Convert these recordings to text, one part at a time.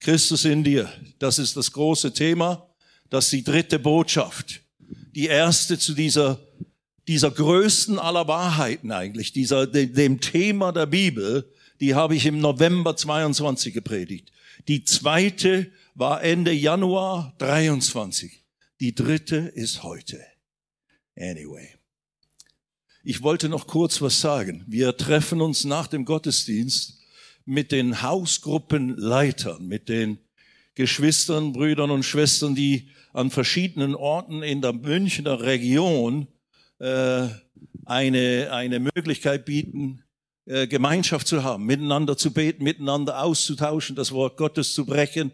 Christus in dir. Das ist das große Thema. Das ist die dritte Botschaft. Die erste zu dieser größten aller Wahrheiten eigentlich, dem Thema der Bibel, die habe ich im November 22 gepredigt. Die zweite war Ende Januar 23. Die dritte ist heute. Anyway. Ich wollte noch kurz was sagen. Wir treffen uns nach dem Gottesdienst mit den Hausgruppenleitern, mit den Geschwistern, Brüdern und Schwestern, die an verschiedenen Orten in der Münchner Region eine Möglichkeit bieten, Gemeinschaft zu haben, miteinander zu beten, miteinander auszutauschen, das Wort Gottes zu brechen,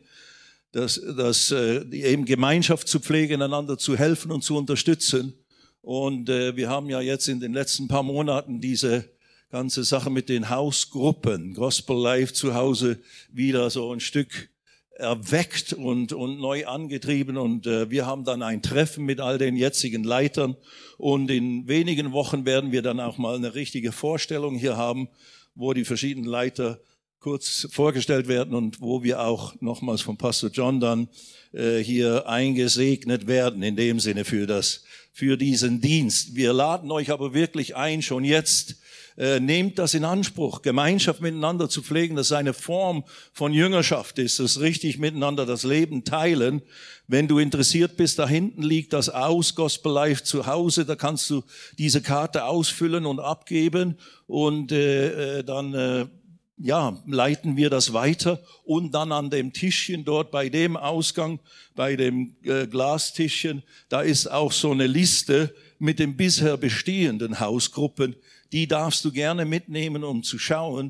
eben Gemeinschaft zu pflegen, einander zu helfen und zu unterstützen. Und wir haben ja jetzt in den letzten paar Monaten diese ganze Sache mit den Hausgruppen, Gospel Life zu Hause, wieder so ein Stück erweckt und neu angetrieben. Und wir haben dann ein Treffen mit all den jetzigen Leitern. Und in wenigen Wochen werden wir dann auch mal eine richtige Vorstellung hier haben, wo die verschiedenen Leiter kurz vorgestellt werden und wo wir auch nochmals von Pastor John dann hier eingesegnet werden, in dem Sinne für diesen Dienst. Wir laden euch aber wirklich ein, schon jetzt, nehmt das in Anspruch, Gemeinschaft miteinander zu pflegen, das ist eine Form von Jüngerschaft, ist das richtig miteinander das Leben teilen. Wenn du interessiert bist, da hinten liegt das aus, Gospel Life zu Hause, da kannst du diese Karte ausfüllen und abgeben und dann leiten wir das weiter und dann an dem Tischchen dort bei dem Ausgang, bei dem Glastischchen, da ist auch so eine Liste mit den bisher bestehenden Hausgruppen. Die darfst du gerne mitnehmen, um zu schauen,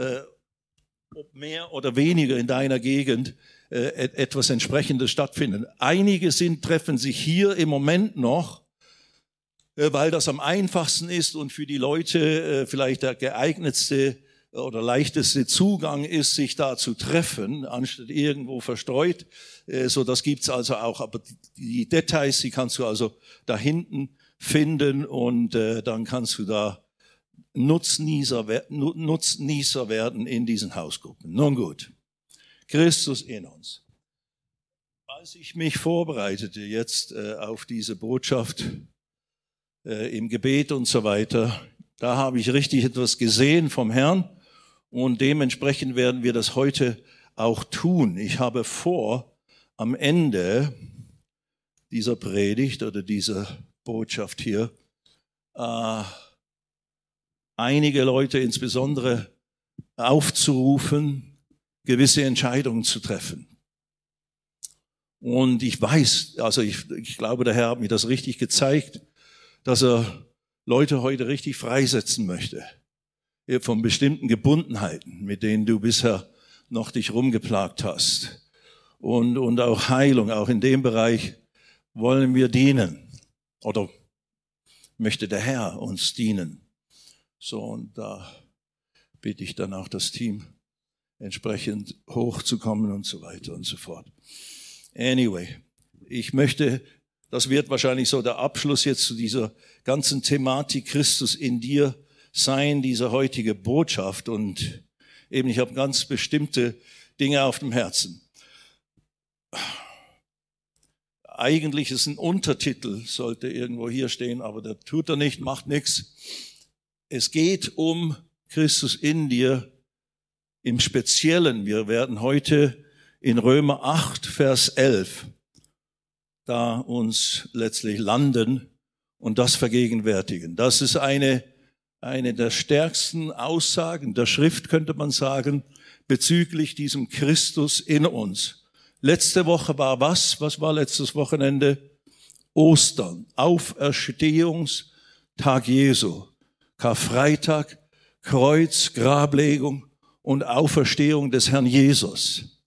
ob mehr oder weniger in deiner Gegend etwas Entsprechendes stattfindet. Einige treffen sich hier im Moment noch, weil das am einfachsten ist und für die Leute vielleicht der geeignetste oder leichteste Zugang ist, sich da zu treffen, anstatt irgendwo verstreut. So, das gibt's also auch. Aber die Details, die kannst du also da hinten finden und dann kannst du da Nutznießer werden in diesen Hausgruppen. Nun gut, Christus in uns. Als ich mich vorbereitete jetzt auf diese Botschaft im Gebet und so weiter, da habe ich richtig etwas gesehen vom Herrn. Und dementsprechend werden wir das heute auch tun. Ich habe vor, am Ende dieser Predigt oder dieser Botschaft hier, einige Leute insbesondere aufzurufen, gewisse Entscheidungen zu treffen. Und ich weiß, also ich glaube, der Herr hat mir das richtig gezeigt, dass er Leute heute richtig freisetzen möchte. Von bestimmten Gebundenheiten, mit denen du bisher noch dich rumgeplagt hast. Und auch Heilung, auch in dem Bereich wollen wir dienen. Oder möchte der Herr uns dienen. So, und da bitte ich dann auch das Team, entsprechend hochzukommen und so weiter und so fort. Anyway, das wird wahrscheinlich so der Abschluss jetzt zu dieser ganzen Thematik Christus in dir sein, diese heutige Botschaft. Und eben, ich habe ganz bestimmte Dinge auf dem Herzen. Eigentlich ist ein Untertitel, sollte irgendwo hier stehen, aber der tut er nicht, macht nichts. Es geht um Christus in dir im Speziellen. Wir werden heute in Römer 8, Vers 11 da uns letztlich landen und das vergegenwärtigen. Das ist eine der stärksten Aussagen der Schrift, könnte man sagen, bezüglich diesem Christus in uns. Letzte Woche war was? Was war letztes Wochenende? Ostern, Auferstehungstag Jesu, Karfreitag, Kreuz, Grablegung und Auferstehung des Herrn Jesus.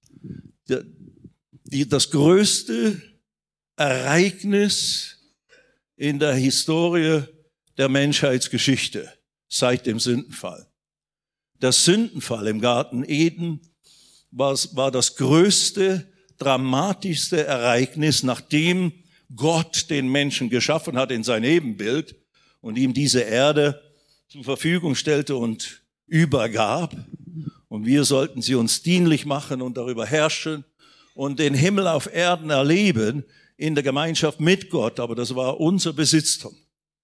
Das größte Ereignis in der Historie der Menschheitsgeschichte seit dem Sündenfall. Der Sündenfall im Garten Eden war das größte, dramatischste Ereignis, nachdem Gott den Menschen geschaffen hat in sein Ebenbild und ihm diese Erde zur Verfügung stellte und übergab. Und wir sollten sie uns dienlich machen und darüber herrschen und den Himmel auf Erden erleben in der Gemeinschaft mit Gott. Aber das war unser Besitztum.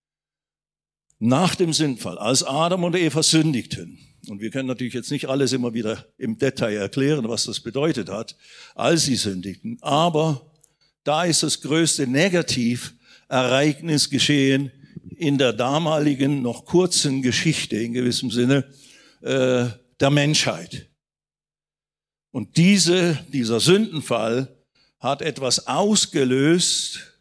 Nach dem Sündfall, als Adam und Eva sündigten, und wir können natürlich jetzt nicht alles immer wieder im Detail erklären, was das bedeutet hat, als sie sündigten, aber da ist das größte Negativereignis geschehen in der damaligen, noch kurzen Geschichte in gewissem Sinne der Menschheit. Und dieser Sündenfall hat etwas ausgelöst,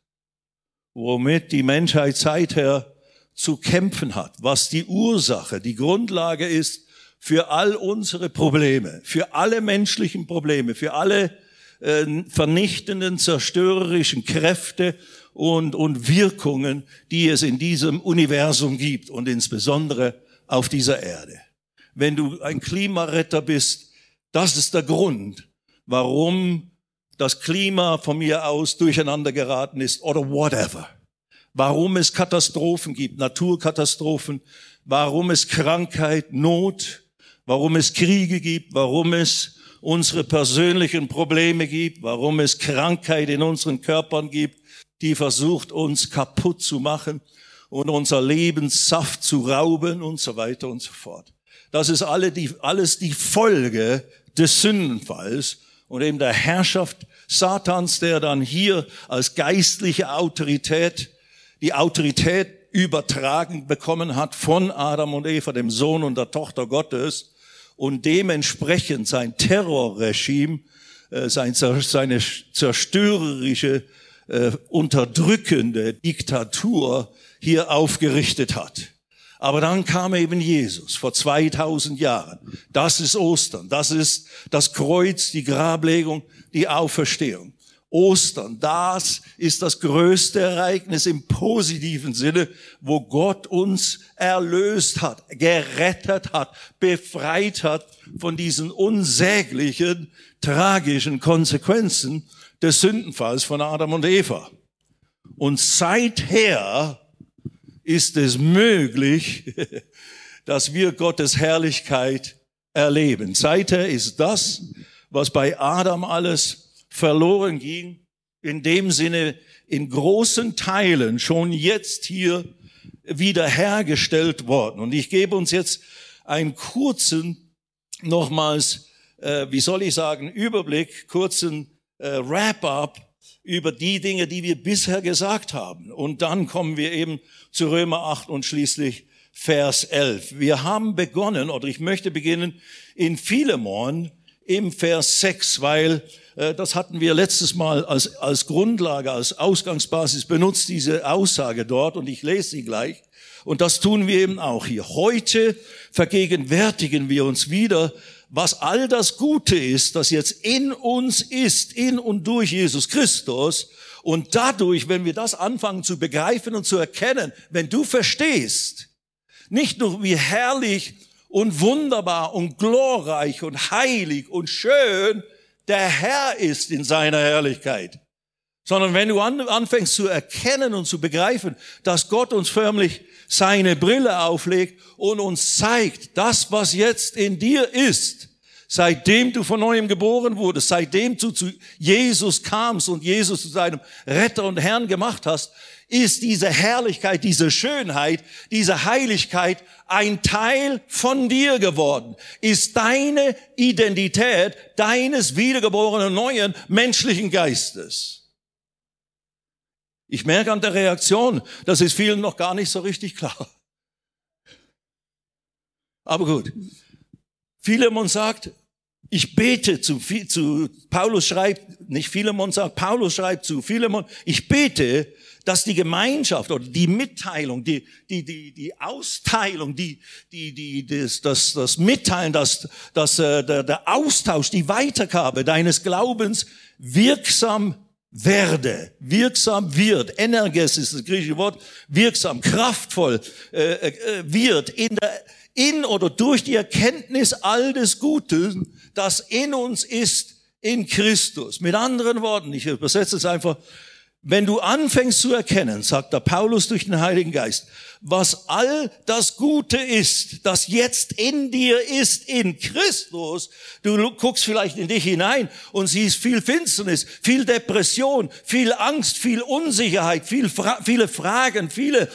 womit die Menschheit seither zu kämpfen hat, was die Ursache, die Grundlage ist für all unsere Probleme, für alle menschlichen Probleme, für alle vernichtenden, zerstörerischen Kräfte und Wirkungen, die es in diesem Universum gibt und insbesondere auf dieser Erde. Wenn du ein Klimaretter bist, das ist der Grund, warum das Klima von mir aus durcheinander geraten ist oder whatever. Warum es Katastrophen gibt, Naturkatastrophen, warum es Krankheit, Not, warum es Kriege gibt, warum es unsere persönlichen Probleme gibt, warum es Krankheit in unseren Körpern gibt, die versucht, uns kaputt zu machen und unser Lebenssaft zu rauben und so weiter und so fort. Das ist alles die Folge des Sündenfalls und eben der Herrschaft Satans, der dann hier als geistliche Autorität die Autorität übertragen bekommen hat von Adam und Eva, dem Sohn und der Tochter Gottes, und dementsprechend sein Terrorregime, seine zerstörerische, unterdrückende Diktatur hier aufgerichtet hat. Aber dann kam eben Jesus vor 2000 Jahren. Das ist Ostern, das ist das Kreuz, die Grablegung, die Auferstehung. Ostern, das ist das größte Ereignis im positiven Sinne, wo Gott uns erlöst hat, gerettet hat, befreit hat von diesen unsäglichen, tragischen Konsequenzen des Sündenfalls von Adam und Eva. Und seither ist es möglich, dass wir Gottes Herrlichkeit erleben. Seither ist das, was bei Adam alles verloren ging, in dem Sinne in großen Teilen schon jetzt hier wiederhergestellt worden. Und ich gebe uns jetzt einen kurzen, nochmals, Überblick, kurzen Wrap-up über die Dinge, die wir bisher gesagt haben. Und dann kommen wir eben zu Römer 8 und schließlich Vers 11. Wir haben begonnen, oder ich möchte beginnen, in Philemon im Vers 6, weil das hatten wir letztes Mal als Grundlage, als Ausgangsbasis benutzt, diese Aussage dort, und ich lese sie gleich. Und das tun wir eben auch hier. Heute vergegenwärtigen wir uns wieder, was all das Gute ist, das jetzt in uns ist, in und durch Jesus Christus. Und dadurch, wenn wir das anfangen zu begreifen und zu erkennen, wenn du verstehst, nicht nur wie herrlich und wunderbar und glorreich und heilig und schön der Herr ist in seiner Herrlichkeit, sondern wenn du anfängst zu erkennen und zu begreifen, dass Gott uns förmlich seine Brille auflegt und uns zeigt, das, was jetzt in dir ist, seitdem du von neuem geboren wurdest, seitdem du zu Jesus kamst und Jesus zu deinem Retter und Herrn gemacht hast, ist diese Herrlichkeit, diese Schönheit, diese Heiligkeit ein Teil von dir geworden, ist deine Identität, deines wiedergeborenen neuen menschlichen Geistes. Ich merke an der Reaktion, das ist vielen noch gar nicht so richtig klar. Aber gut. Philemon sagt, ich bete Paulus schreibt, nicht Philemon sagt, Paulus schreibt zu Philemon, ich bete, dass die Gemeinschaft oder die Mitteilung, die Austeilung, das Mitteilen, der Austausch, die Weitergabe deines Glaubens wirksam wird, energes ist das griechische Wort, wirksam, kraftvoll wird in oder durch die Erkenntnis all des Guten, das in uns ist, in Christus. Mit anderen Worten, ich übersetze es einfach, Wenn du anfängst zu erkennen, sagt der Paulus durch den Heiligen Geist, was all das Gute ist, das jetzt in dir ist, in Christus, du guckst vielleicht in dich hinein und siehst viel Finsternis, viel Depression, viel Angst, viel Unsicherheit, viele Fragen, viele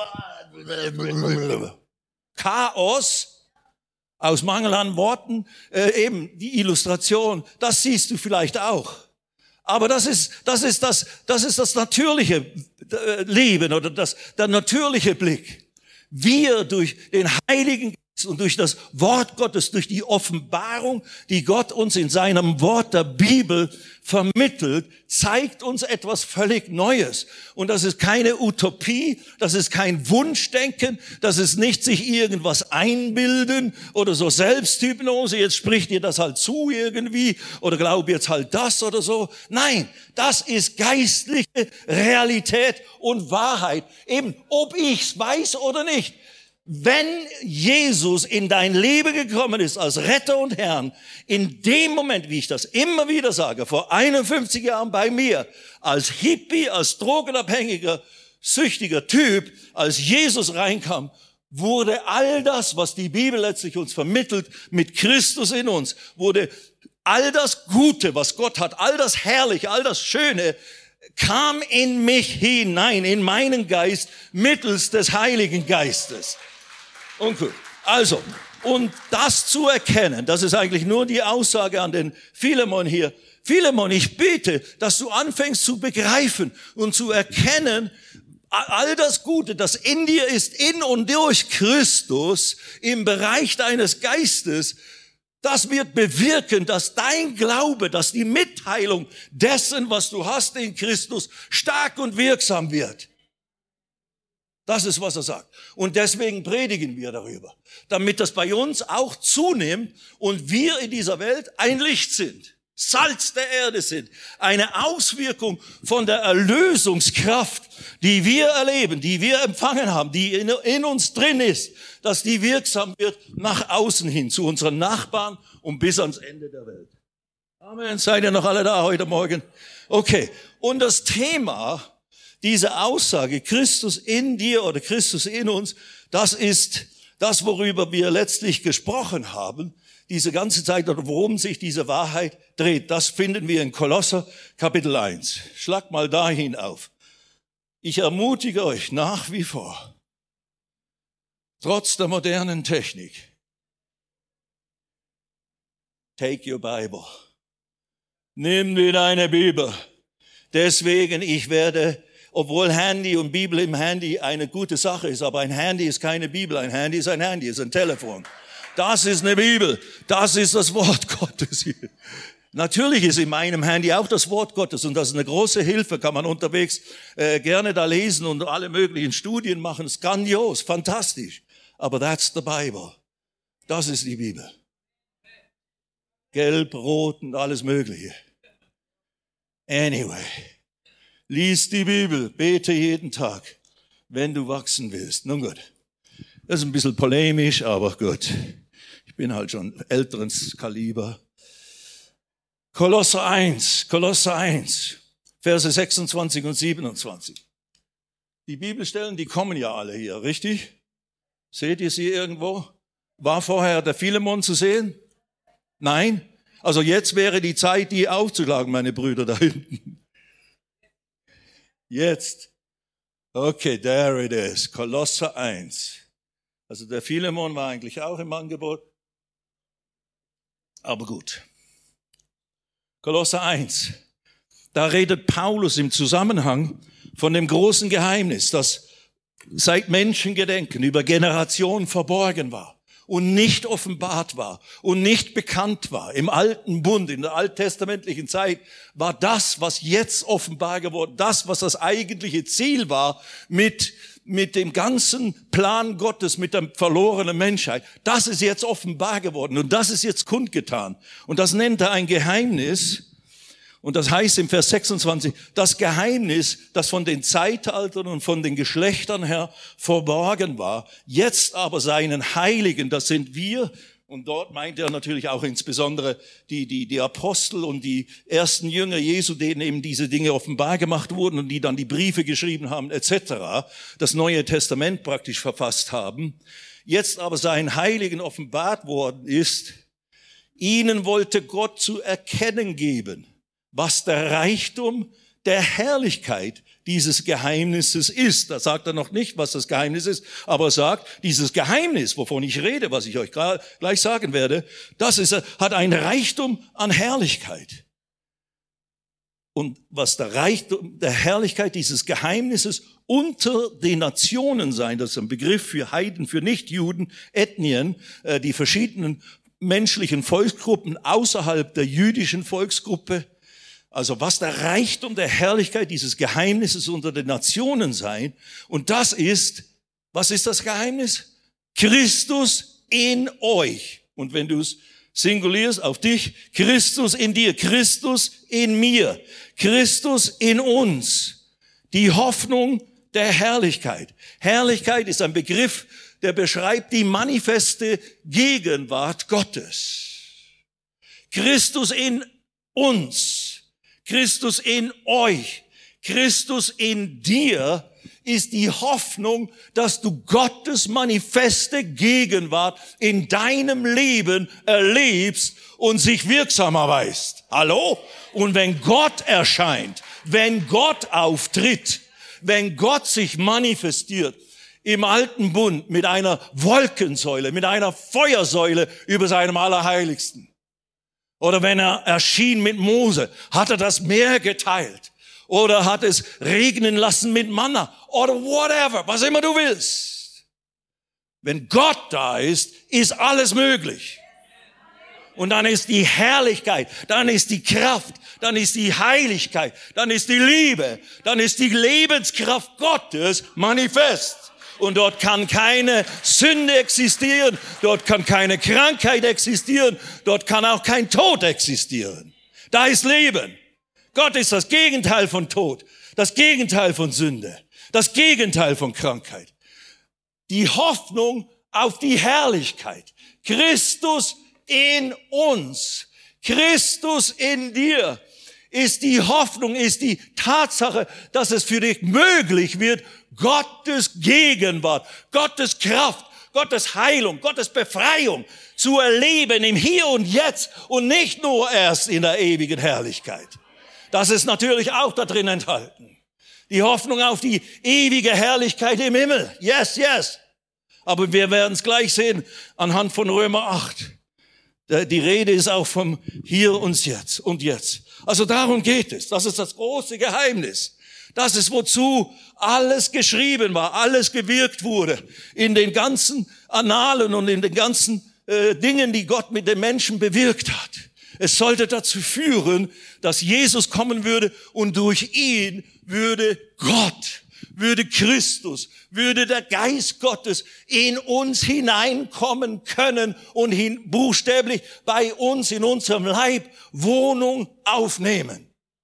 Chaos, aus Mangel an Worten, eben die Illustration, das siehst du vielleicht auch. Aber das ist das natürliche Leben oder der natürliche Blick. Wir durch den Heiligen Geist und durch das Wort Gottes, durch die Offenbarung, die Gott uns in seinem Wort der Bibel vermittelt, zeigt uns etwas völlig Neues. Und das ist keine Utopie, das ist kein Wunschdenken, das ist nicht sich irgendwas einbilden oder so Selbsthypnose, jetzt spricht dir das halt zu irgendwie oder glaub jetzt halt das oder so. Nein, das ist geistliche Realität und Wahrheit. Eben, ob ich's weiß oder nicht. Wenn Jesus in dein Leben gekommen ist als Retter und Herrn, in dem Moment, wie ich das immer wieder sage, vor 51 Jahren bei mir, als Hippie, als drogenabhängiger, süchtiger Typ, als Jesus reinkam, wurde all das, was die Bibel letztlich uns vermittelt, mit Christus in uns, wurde all das Gute, was Gott hat, all das Herrliche, all das Schöne, kam in mich hinein, in meinen Geist, mittels des Heiligen Geistes. Und gut. Also, und das zu erkennen, das ist eigentlich nur die Aussage an den Philemon hier. Philemon, ich bete, dass du anfängst zu begreifen und zu erkennen, all das Gute, das in dir ist, in und durch Christus, im Bereich deines Geistes, das wird bewirken, dass dein Glaube, dass die Mitteilung dessen, was du hast in Christus, stark und wirksam wird. Das ist, was er sagt. Und deswegen predigen wir darüber, damit das bei uns auch zunimmt und wir in dieser Welt ein Licht sind, Salz der Erde sind, eine Auswirkung von der Erlösungskraft, die wir erleben, die wir empfangen haben, die in uns drin ist, dass die wirksam wird nach außen hin, zu unseren Nachbarn und bis ans Ende der Welt. Amen. Seid ihr noch alle da heute Morgen? Okay. Und das Thema, diese Aussage, Christus in dir oder Christus in uns, das ist das, worüber wir letztlich gesprochen haben, diese ganze Zeit, oder worum sich diese Wahrheit dreht. Das finden wir in Kolosser Kapitel 1. Schlag mal dahin auf. Ich ermutige euch nach wie vor, trotz der modernen Technik, take your Bible. Nimm dir deine Bibel. Deswegen, ich werde, obwohl Handy und Bibel im Handy eine gute Sache ist, aber ein Handy ist keine Bibel, ein Handy ist ein Telefon. Das ist eine Bibel, das ist das Wort Gottes hier. Natürlich ist in meinem Handy auch das Wort Gottes und das ist eine große Hilfe, kann man unterwegs gerne da lesen und alle möglichen Studien machen, ist grandios, fantastisch. Aber that's the Bible, das ist die Bibel. Gelb, rot und alles Mögliche. Anyway. Lies die Bibel, bete jeden Tag, wenn du wachsen willst. Nun gut, das ist ein bisschen polemisch, aber gut. Ich bin halt schon älteres Kaliber. Kolosser 1, Verse 26 und 27. Die Bibelstellen, die kommen ja alle hier, richtig? Seht ihr sie irgendwo? War vorher der Philemon zu sehen? Nein? Also jetzt wäre die Zeit, die aufzuschlagen, meine Brüder da hinten. Jetzt. Okay, there it is. Kolosser 1. Also der Philemon war eigentlich auch im Angebot. Aber gut. Kolosser 1. Da redet Paulus im Zusammenhang von dem großen Geheimnis, das seit Menschengedenken über Generationen verborgen war und nicht offenbart war und nicht bekannt war. Im alten Bund, in der alttestamentlichen Zeit war das, was jetzt offenbar geworden, das, was das eigentliche Ziel war mit dem ganzen Plan Gottes, mit der verlorenen Menschheit. Das ist jetzt offenbar geworden und das ist jetzt kundgetan. Und das nennt er ein Geheimnis. Und das heißt im Vers 26, das Geheimnis, das von den Zeitaltern und von den Geschlechtern her verborgen war, jetzt aber seinen Heiligen, das sind wir, Und dort meint er natürlich auch insbesondere die Apostel und die ersten Jünger Jesu, denen eben diese Dinge offenbar gemacht wurden und die dann die Briefe geschrieben haben etc., das Neue Testament praktisch verfasst haben. Jetzt aber seinen Heiligen offenbart worden ist, ihnen wollte Gott zu erkennen geben, was der Reichtum der Herrlichkeit dieses Geheimnisses ist. Da sagt er noch nicht, was das Geheimnis ist, aber er sagt, dieses Geheimnis, wovon ich rede, was ich euch gleich sagen werde, hat einen Reichtum an Herrlichkeit. Und was der Reichtum der Herrlichkeit dieses Geheimnisses unter den Nationen sein, das ist ein Begriff für Heiden, für Nichtjuden, Ethnien, die verschiedenen menschlichen Volksgruppen außerhalb der jüdischen Volksgruppe. Also was der Reichtum der Herrlichkeit dieses Geheimnisses unter den Nationen sein. Und das ist, was ist das Geheimnis? Christus in euch. Und wenn du es singulierst auf dich, Christus in dir, Christus in mir, Christus in uns. Die Hoffnung der Herrlichkeit. Herrlichkeit ist ein Begriff, der beschreibt die manifeste Gegenwart Gottes. Christus in uns. Christus in euch, Christus in dir ist die Hoffnung, dass du Gottes manifeste Gegenwart in deinem Leben erlebst und sich wirksam erweist. Hallo? Und wenn Gott erscheint, wenn Gott auftritt, wenn Gott sich manifestiert im alten Bund mit einer Wolkensäule, mit einer Feuersäule über seinem Allerheiligsten, oder wenn er erschien mit Mose, hat er das Meer geteilt. Oder hat es regnen lassen mit Manna. Oder whatever, was immer du willst. Wenn Gott da ist, ist alles möglich. Und dann ist die Herrlichkeit, dann ist die Kraft, dann ist die Heiligkeit, dann ist die Liebe, dann ist die Lebenskraft Gottes manifest. Und dort kann keine Sünde existieren, dort kann keine Krankheit existieren, dort kann auch kein Tod existieren. Da ist Leben. Gott ist das Gegenteil von Tod, das Gegenteil von Sünde, das Gegenteil von Krankheit. Die Hoffnung auf die Herrlichkeit. Christus in uns, Christus in dir ist die Hoffnung, ist die Tatsache, dass es für dich möglich wird, Gottes Gegenwart, Gottes Kraft, Gottes Heilung, Gottes Befreiung zu erleben im Hier und Jetzt und nicht nur erst in der ewigen Herrlichkeit. Das ist natürlich auch da drin enthalten. Die Hoffnung auf die ewige Herrlichkeit im Himmel. Yes, yes. Aber wir werden es gleich sehen anhand von Römer 8. Die Rede ist auch vom Hier und Jetzt und Jetzt. Also darum geht es. Das ist das große Geheimnis. Das ist, wozu alles geschrieben war, alles gewirkt wurde. In den ganzen Annalen und in den ganzen Dingen, die Gott mit den Menschen bewirkt hat. Es sollte dazu führen, dass Jesus kommen würde und durch ihn würde Gott, würde Christus, würde der Geist Gottes in uns hineinkommen können und buchstäblich bei uns in unserem Leib Wohnung aufnehmen.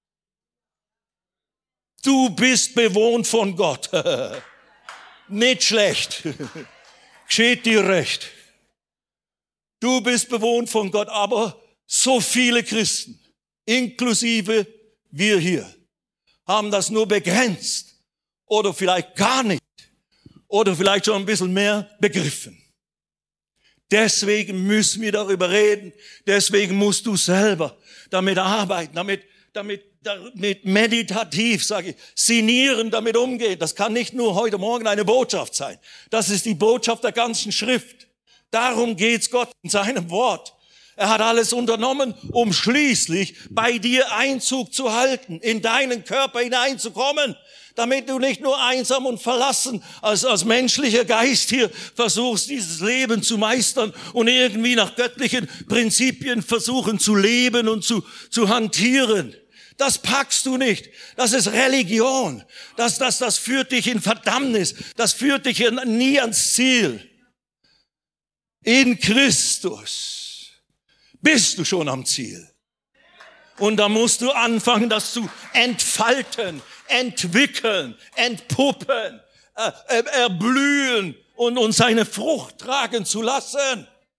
Du bist bewohnt von Gott. Nicht schlecht. Geschieht dir recht. Du bist bewohnt von Gott, aber so viele Christen, inklusive wir hier, haben das nur begrenzt oder vielleicht gar nicht oder vielleicht schon ein bisschen mehr begriffen. Deswegen müssen wir darüber reden. Deswegen musst du selber damit arbeiten, damit meditativ, sage ich, sinnieren, damit umgehen. Das kann nicht nur heute Morgen eine Botschaft sein. Das ist die Botschaft der ganzen Schrift. Darum geht's Gott in seinem Wort. Er hat alles unternommen, um schließlich bei dir Einzug zu halten, in deinen Körper hineinzukommen, damit du nicht nur einsam und verlassen als menschlicher Geist hier versuchst, dieses Leben zu meistern und irgendwie nach göttlichen Prinzipien versuchen zu leben und zu hantieren. Das packst du nicht. Das ist Religion. Das führt dich in Verdammnis. Das führt dich nie ans Ziel. In Christus bist du schon am Ziel. Und da musst du anfangen, das zu entfalten, entwickeln, entpuppen, erblühen und seine Frucht tragen zu lassen.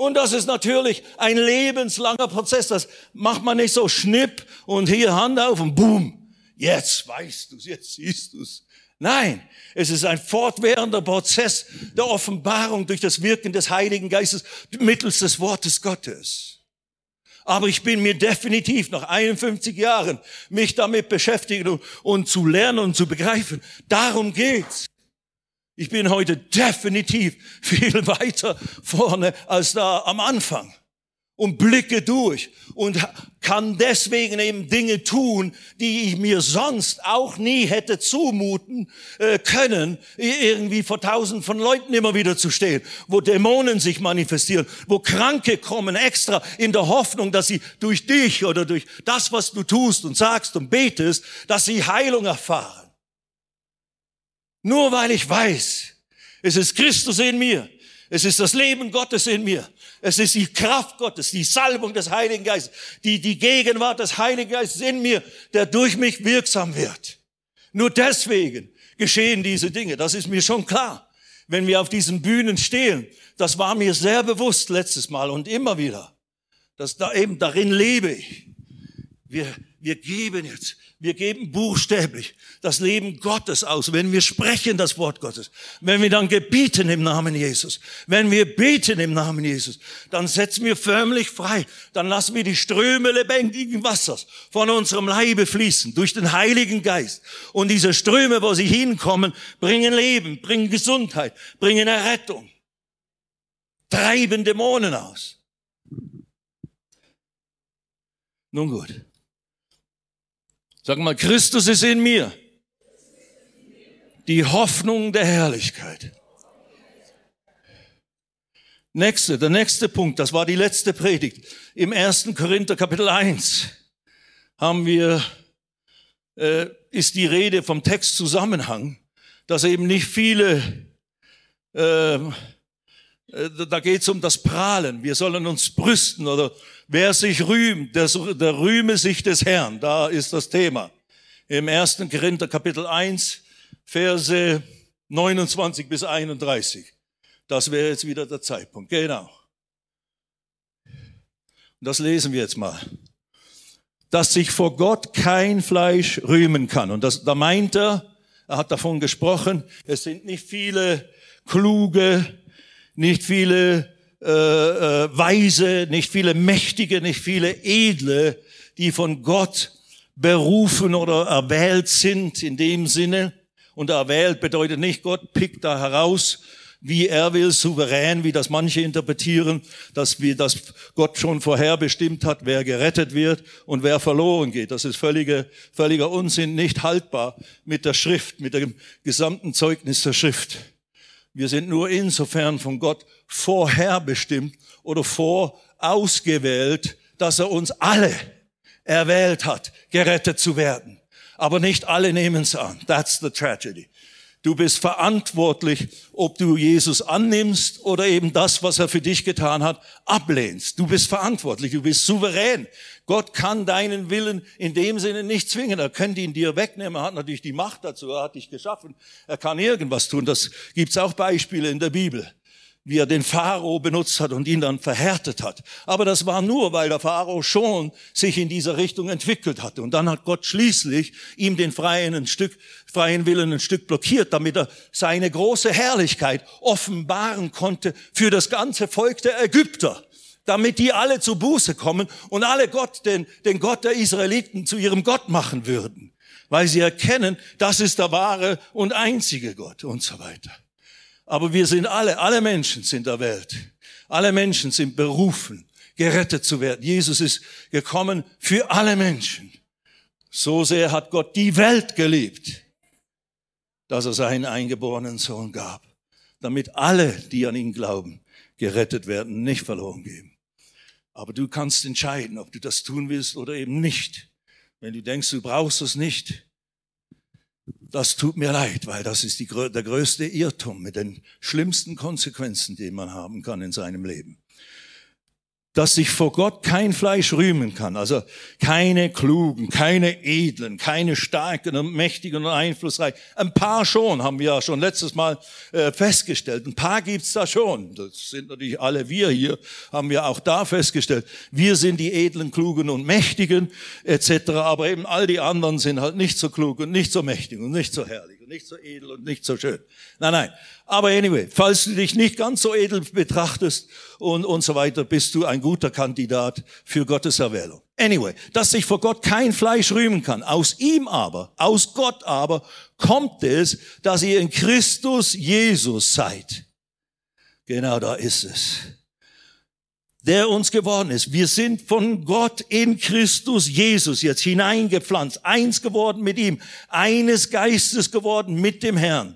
Und das ist natürlich ein lebenslanger Prozess. Das macht man nicht so schnipp und hier Hand auf und boom. Jetzt weißt du's, jetzt siehst du's. Nein, es ist ein fortwährender Prozess der Offenbarung durch das Wirken des Heiligen Geistes mittels des Wortes Gottes. Aber ich bin mir definitiv nach 51 Jahren mich damit beschäftigen und zu lernen und zu begreifen. Darum geht's. Ich bin heute definitiv viel weiter vorne als da am Anfang und blicke durch und kann deswegen eben Dinge tun, die ich mir sonst auch nie hätte zumuten können, irgendwie vor Tausenden von Leuten immer wieder zu stehen, wo Dämonen sich manifestieren, wo Kranke kommen extra in der Hoffnung, dass sie durch dich oder durch das, was du tust und sagst und betest, dass sie Heilung erfahren. Nur weil ich weiß, es ist Christus in mir, es ist das Leben Gottes in mir, es ist die Kraft Gottes, die Salbung des Heiligen Geistes, die Gegenwart des Heiligen Geistes in mir, der durch mich wirksam wird. Nur deswegen geschehen diese Dinge, das ist mir schon klar. Wenn wir auf diesen Bühnen stehen, das war mir sehr bewusst letztes Mal und immer wieder, dass da eben darin lebe ich. Wir geben buchstäblich das Leben Gottes aus, wenn wir sprechen das Wort Gottes, wenn wir dann gebieten im Namen Jesus, wenn wir beten im Namen Jesus, dann setzen wir förmlich frei, dann lassen wir die Ströme lebendigen Wassers von unserem Leibe fließen durch den Heiligen Geist. Und diese Ströme, wo sie hinkommen, bringen Leben, bringen Gesundheit, bringen Errettung, treiben Dämonen aus. Nun gut. Sag mal, Christus ist in mir. Die Hoffnung der Herrlichkeit. Der nächste Punkt, das war die letzte Predigt. Im 1. Korinther Kapitel 1 ist die Rede vom Textzusammenhang, dass eben nicht viele, da geht es um das Prahlen. Wir sollen uns brüsten oder wer sich rühmt, der rühme sich des Herrn. Da ist das Thema. Im 1. Korinther Kapitel 1, Verse 29 bis 31. Das wäre jetzt wieder der Zeitpunkt. Genau. Das lesen wir jetzt mal. Dass sich vor Gott kein Fleisch rühmen kann. Und da meint er hat davon gesprochen, es sind nicht viele Kluge, nicht viele Weise, nicht viele Mächtige, nicht viele Edle, die von Gott berufen oder erwählt sind in dem Sinne. Und erwählt bedeutet nicht, Gott pickt da heraus, wie er will, souverän, wie das manche interpretieren, dass Gott schon vorherbestimmt hat, wer gerettet wird und wer verloren geht. Das ist völliger Unsinn, nicht haltbar mit der Schrift, mit dem gesamten Zeugnis der Schrift. Wir sind nur insofern von Gott vorherbestimmt oder vorausgewählt, dass er uns alle erwählt hat, gerettet zu werden. Aber nicht alle nehmen es an. That's the tragedy. Du bist verantwortlich, ob du Jesus annimmst oder eben das, was er für dich getan hat, ablehnst. Du bist verantwortlich, du bist souverän. Gott kann deinen Willen in dem Sinne nicht zwingen. Er könnte ihn dir wegnehmen, er hat natürlich die Macht dazu, er hat dich geschaffen. Er kann irgendwas tun, das gibt's auch Beispiele in der Bibel, wie er den Pharao benutzt hat und ihn dann verhärtet hat. Aber das war nur, weil der Pharao schon sich in dieser Richtung entwickelt hatte. Und dann hat Gott schließlich ihm den freien Willen ein Stück blockiert, damit er seine große Herrlichkeit offenbaren konnte für das ganze Volk der Ägypter, damit die alle zu Buße kommen und alle den Gott der Israeliten zu ihrem Gott machen würden, weil sie erkennen, das ist der wahre und einzige Gott und so weiter. Aber wir sind alle Menschen sind erwählt. Alle Menschen sind berufen, gerettet zu werden. Jesus ist gekommen für alle Menschen. So sehr hat Gott die Welt geliebt, dass er seinen eingeborenen Sohn gab, damit alle, die an ihn glauben, gerettet werden, nicht verloren gehen. Aber du kannst entscheiden, ob du das tun willst oder eben nicht. Wenn du denkst, du brauchst es nicht, das tut mir leid, weil das ist der größte Irrtum mit den schlimmsten Konsequenzen, die man haben kann in seinem Leben. dass sich vor Gott kein Fleisch rühmen kann. Also keine Klugen, keine Edlen, keine Starken und Mächtigen und Einflussreichen. Ein paar schon, haben wir ja schon letztes Mal festgestellt. Ein paar gibt's da schon. Das sind natürlich alle wir hier, haben wir auch da festgestellt. Wir sind die Edlen, Klugen und Mächtigen etc. Aber eben all die anderen sind halt nicht so klug und nicht so mächtig und nicht so herrlich und nicht so edel und nicht so schön. Nein. Aber anyway, falls du dich nicht ganz so edel betrachtest und so weiter, bist du ein guter Kandidat für Gottes Erwählung. Anyway, dass sich vor Gott kein Fleisch rühmen kann. Aus Gott aber, kommt es, dass ihr in Christus Jesus seid. Genau, da ist es. Der uns geworden ist. Wir sind von Gott in Christus Jesus jetzt hineingepflanzt, eins geworden mit ihm, eines Geistes geworden mit dem Herrn.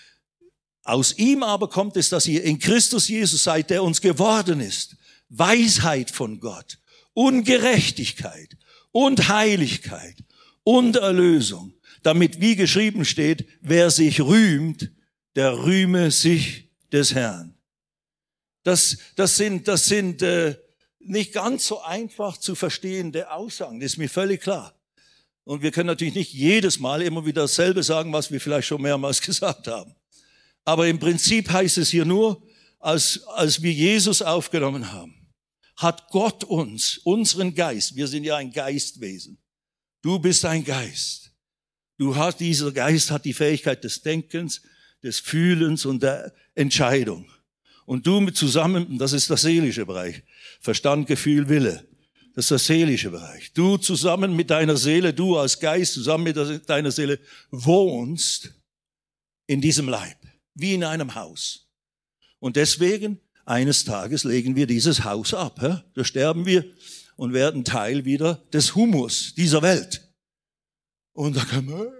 Aus ihm aber kommt es, dass ihr in Christus Jesus seid, der uns geworden ist. Weisheit von Gott und Gerechtigkeit und Heiligkeit und Erlösung. Damit, wie geschrieben steht, wer sich rühmt, der rühme sich des Herrn. Das sind nicht ganz so einfach zu verstehende Aussagen, das ist mir völlig klar. Und wir können natürlich nicht jedes Mal immer wieder dasselbe sagen, was wir vielleicht schon mehrmals gesagt haben. Aber im Prinzip heißt es hier nur, als wir Jesus aufgenommen haben, hat Gott uns, unseren Geist, wir sind ja ein Geistwesen. Du bist ein Geist. Dieser Geist hat die Fähigkeit des Denkens, des Fühlens und der Entscheidung. Und du zusammen, das ist der seelische Bereich, Verstand, Gefühl, Wille. Das ist der seelische Bereich. Du zusammen mit deiner Seele, du als Geist zusammen mit deiner Seele wohnst in diesem Leib. Wie in einem Haus. Und deswegen, eines Tages legen wir dieses Haus ab. Da sterben wir und werden Teil wieder des Humus dieser Welt. Und da kann man...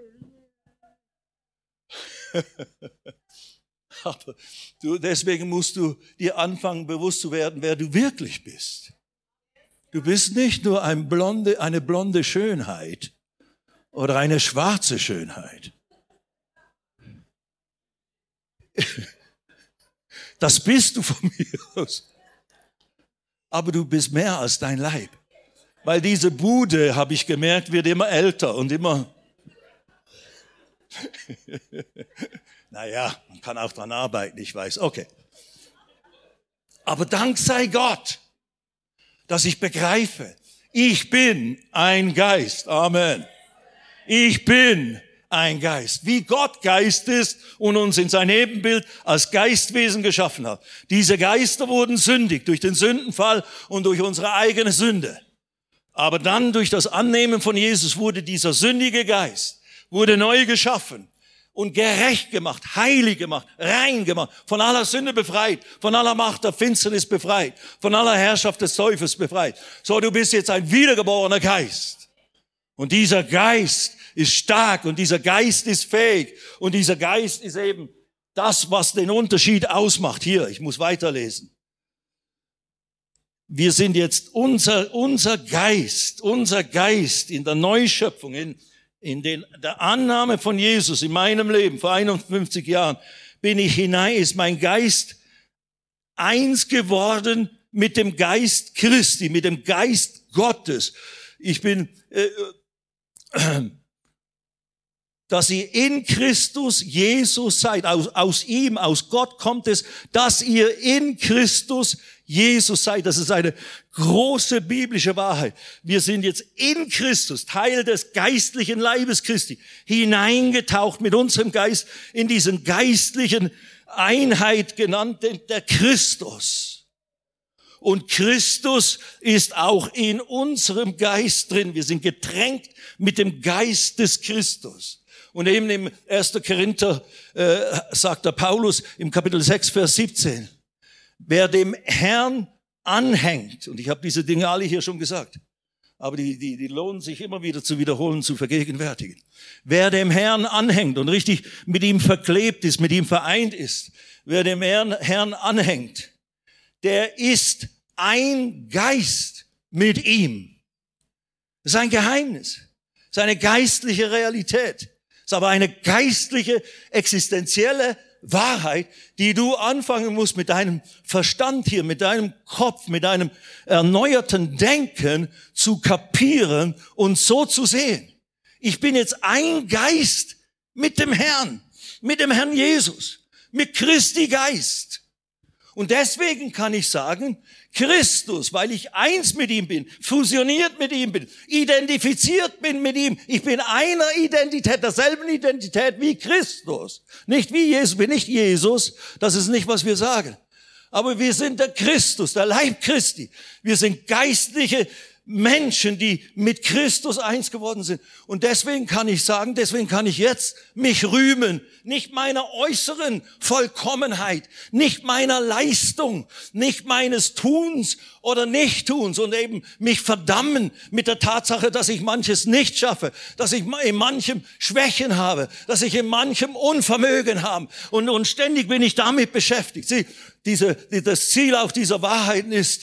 Aber deswegen musst du dir anfangen, bewusst zu werden, wer du wirklich bist. Du bist nicht nur eine blonde Schönheit oder eine schwarze Schönheit. Das bist du von mir aus. Aber du bist mehr als dein Leib. Weil diese Bude, habe ich gemerkt, wird immer älter und immer... Naja, man kann auch dran arbeiten, ich weiß, okay. Aber Dank sei Gott, dass ich begreife, ich bin ein Geist. Amen. Ich bin ein Geist. Wie Gott Geist ist und uns in sein Ebenbild als Geistwesen geschaffen hat. Diese Geister wurden sündig durch den Sündenfall und durch unsere eigene Sünde. Aber dann durch das Annehmen von Jesus wurde dieser sündige Geist, wurde neu geschaffen und gerecht gemacht, heilig gemacht, rein gemacht, von aller Sünde befreit, von aller Macht der Finsternis befreit, von aller Herrschaft des Teufels befreit. So, du bist jetzt ein wiedergeborener Geist. Und dieser Geist ist stark und dieser Geist ist fähig und dieser Geist ist eben das, was den Unterschied ausmacht. Hier, ich muss weiterlesen. Wir sind jetzt unser Geist in der Neuschöpfung, in der Annahme von Jesus in meinem Leben vor 51 Jahren bin ich hinein, ist mein Geist eins geworden mit dem Geist Christi, mit dem Geist Gottes. Ich bin dass ihr in Christus Jesus seid. Aus ihm, aus Gott kommt es, dass ihr in Christus Jesus seid. Das ist eine große biblische Wahrheit. Wir sind jetzt in Christus, Teil des geistlichen Leibes Christi, hineingetaucht mit unserem Geist in diesen geistlichen Einheit genannt, der Christus. Und Christus ist auch in unserem Geist drin. Wir sind getränkt mit dem Geist des Christus. Und eben im 1. Korinther sagt der Paulus im Kapitel 6, Vers 17, wer dem Herrn anhängt, und ich habe diese Dinge alle hier schon gesagt, aber die lohnen sich immer wieder zu wiederholen, zu vergegenwärtigen. Wer dem Herrn anhängt und richtig mit ihm verklebt ist, mit ihm vereint ist, wer dem Herrn anhängt, der ist ein Geist mit ihm. Das ist ein Geheimnis. Das ist eine geistliche Realität. Das ist aber eine geistliche, existenzielle Wahrheit, die du anfangen musst mit deinem Verstand hier, mit deinem Kopf, mit deinem erneuerten Denken zu kapieren und so zu sehen. Ich bin jetzt ein Geist mit dem Herrn Jesus, mit Christi Geist. Und deswegen kann ich sagen, Christus, weil ich eins mit ihm bin, fusioniert mit ihm bin, identifiziert bin mit ihm. Ich bin einer Identität, derselben Identität wie Christus. Nicht wie Jesus, bin nicht Jesus, das ist nicht, was wir sagen. Aber wir sind der Christus, der Leib Christi. Wir sind geistliche Menschen, die mit Christus eins geworden sind. Und deswegen kann ich sagen, deswegen kann ich jetzt mich rühmen. Nicht meiner äußeren Vollkommenheit, nicht meiner Leistung, nicht meines Tuns oder Nichttuns und eben mich verdammen mit der Tatsache, dass ich manches nicht schaffe, dass ich in manchem Schwächen habe, dass ich in manchem Unvermögen habe. Und ständig bin ich damit beschäftigt. Sieh, das Ziel auch dieser Wahrheiten ist,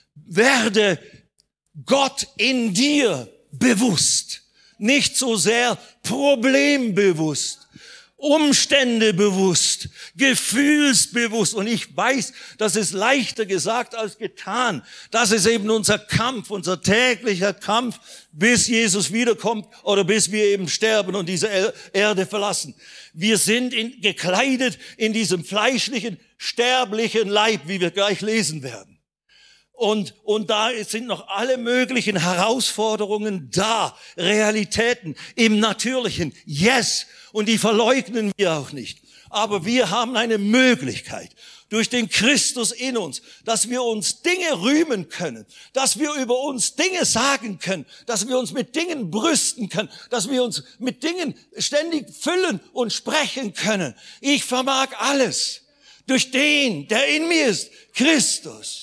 werde Gott in dir bewusst, nicht so sehr problembewusst, Umstände bewusst, gefühlsbewusst. Und ich weiß, das ist leichter gesagt als getan. Das ist eben unser Kampf, unser täglicher Kampf, bis Jesus wiederkommt oder bis wir eben sterben und diese Erde verlassen. Wir sind gekleidet in diesem fleischlichen, sterblichen Leib, wie wir gleich lesen werden. Und da sind noch alle möglichen Herausforderungen da, Realitäten im Natürlichen, yes, und die verleugnen wir auch nicht. Aber wir haben eine Möglichkeit durch den Christus in uns, dass wir uns Dinge rühmen können, dass wir über uns Dinge sagen können, dass wir uns mit Dingen brüsten können, dass wir uns mit Dingen ständig füllen und sprechen können. Ich vermag alles durch den, der in mir ist, Christus.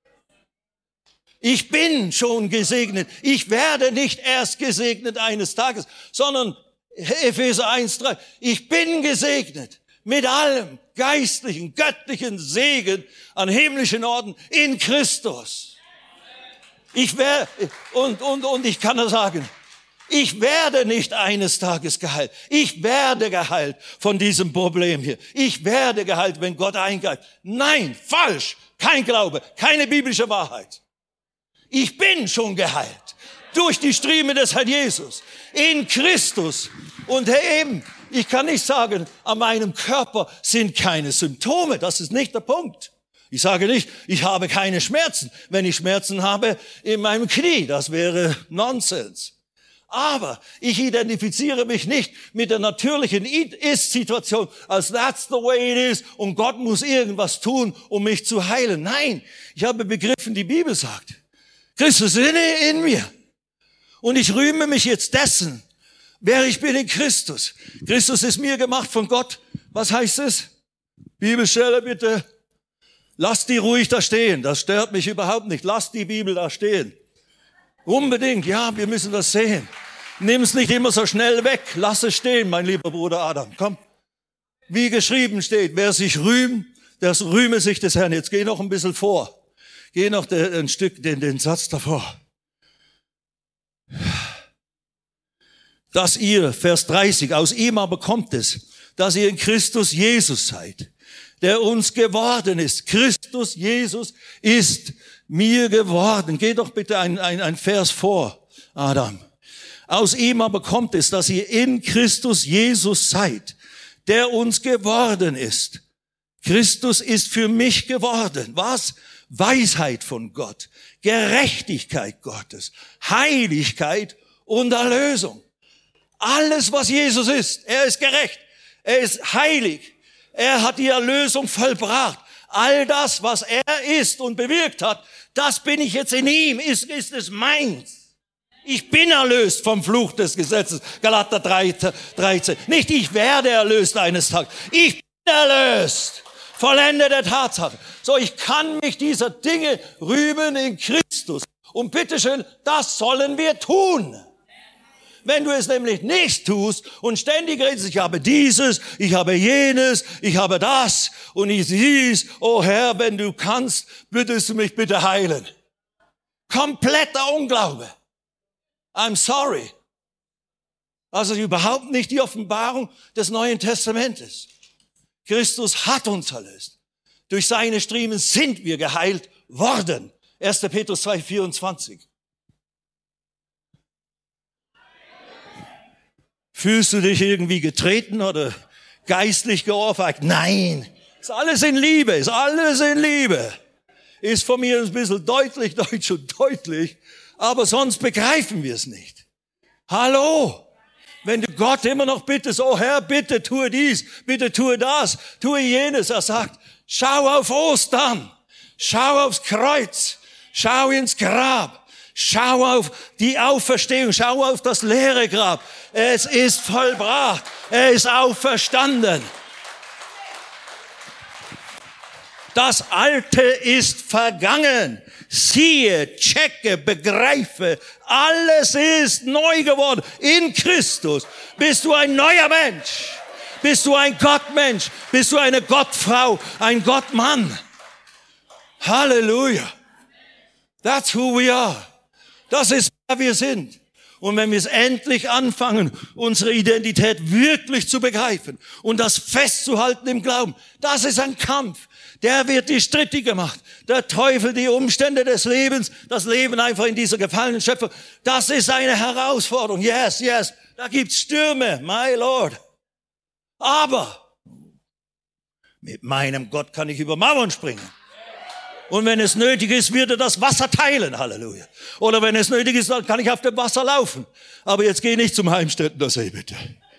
Ich bin schon gesegnet. Ich werde nicht erst gesegnet eines Tages, sondern Epheser 1,3. Ich bin gesegnet mit allem geistlichen, göttlichen Segen an himmlischen Orten in Christus. Ich kann das sagen. Ich werde nicht eines Tages geheilt. Ich werde geheilt von diesem Problem hier. Ich werde geheilt, wenn Gott eingreift. Nein, falsch. Kein Glaube, keine biblische Wahrheit. Ich bin schon geheilt durch die Striemen des Herrn Jesus in Christus. Und eben, ich kann nicht sagen, an meinem Körper sind keine Symptome. Das ist nicht der Punkt. Ich sage nicht, ich habe keine Schmerzen. Wenn ich Schmerzen habe in meinem Knie, das wäre Nonsens. Aber ich identifiziere mich nicht mit der natürlichen Ist-Situation, als that's the way it is und Gott muss irgendwas tun, um mich zu heilen. Nein, ich habe begriffen, die Bibel sagt, Christus ist in mir. Und ich rühme mich jetzt dessen, wer ich bin in Christus. Christus ist mir gemacht von Gott. Was heißt es? Bibelstelle bitte. Lass die ruhig da stehen. Das stört mich überhaupt nicht. Lass die Bibel da stehen. Unbedingt. Ja, wir müssen das sehen. Nimm es nicht immer so schnell weg. Lass es stehen, mein lieber Bruder Adam. Komm. Wie geschrieben steht, wer sich rühmt, der rühme sich des Herrn. Jetzt geh noch ein bisschen vor. Geh noch ein Stück, den Satz davor. Dass ihr, Vers 30, aus ihm aber kommt es, dass ihr in Christus Jesus seid, der uns geworden ist. Christus Jesus ist mir geworden. Geh doch bitte ein Vers vor, Adam. Aus ihm aber kommt es, dass ihr in Christus Jesus seid, der uns geworden ist. Christus ist für mich geworden. Was? Weisheit von Gott, Gerechtigkeit Gottes, Heiligkeit und Erlösung. Alles, was Jesus ist, er ist gerecht, er ist heilig, er hat die Erlösung vollbracht. All das, was er ist und bewirkt hat, das bin ich jetzt in ihm, ist es meins. Ich bin erlöst vom Fluch des Gesetzes, Galater 13. Nicht ich werde erlöst eines Tages, ich bin erlöst. Vollendete Tatsache. So, ich kann mich dieser Dinge rühmen in Christus. Und bitteschön, das sollen wir tun. Wenn du es nämlich nicht tust und ständig redest, ich habe dieses, ich habe jenes, ich habe das und ich dies, oh Herr, wenn du kannst, würdest du mich bitte heilen. Kompletter Unglaube. I'm sorry. Also überhaupt nicht die Offenbarung des Neuen Testamentes. Christus hat uns erlöst. Durch seine Striemen sind wir geheilt worden. 1. Petrus 2,24. Fühlst du dich irgendwie getreten oder geistlich geohrfeigt? Nein, ist alles in Liebe, ist alles in Liebe. Ist von mir ein bisschen deutlich, deutsch und deutlich, aber sonst begreifen wir es nicht. Hallo, wenn du Gott immer noch bittest, oh Herr, bitte tue dies, bitte tue das, tue jenes. Er sagt, schau auf Ostern, schau aufs Kreuz, schau ins Grab. Schau auf die Auferstehung, schau auf das leere Grab. Es ist vollbracht, er ist auferstanden. Das Alte ist vergangen. Siehe, checke, begreife, alles ist neu geworden. In Christus bist du ein neuer Mensch. Bist du ein Gottmensch. Bist du eine Gottfrau, ein Gottmann. Halleluja. That's who we are. Das ist, wer wir sind. Und wenn wir es endlich anfangen, unsere Identität wirklich zu begreifen und das festzuhalten im Glauben, das ist ein Kampf. Der wird die strittig gemacht. Der Teufel, die Umstände des Lebens, das Leben einfach in dieser gefallenen Schöpfung, das ist eine Herausforderung. Yes, yes, da gibt's Stürme, my Lord. Aber mit meinem Gott kann ich über Mauern springen. Und wenn es nötig ist, wird er das Wasser teilen. Halleluja. Oder wenn es nötig ist, dann kann ich auf dem Wasser laufen. Aber jetzt geh nicht zum Heimstädter See, bitte.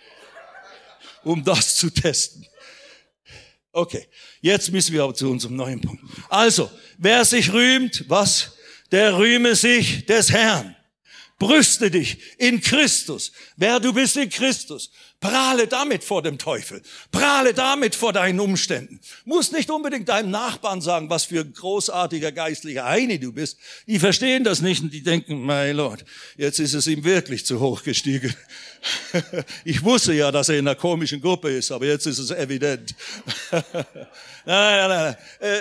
Um das zu testen. Okay, jetzt müssen wir aber zu unserem neuen Punkt. Also, wer sich rühmt, was? Der rühme sich des Herrn. Brüste dich in Christus. Wer du bist in Christus. Prahle damit vor dem Teufel. Prahle damit vor deinen Umständen. Muss nicht unbedingt deinem Nachbarn sagen, was für ein großartiger geistlicher Heini du bist. Die verstehen das nicht und die denken, mein Lord, jetzt ist es ihm wirklich zu hoch gestiegen. Ich wusste ja, dass er in einer komischen Gruppe ist, aber jetzt ist es evident. Nein.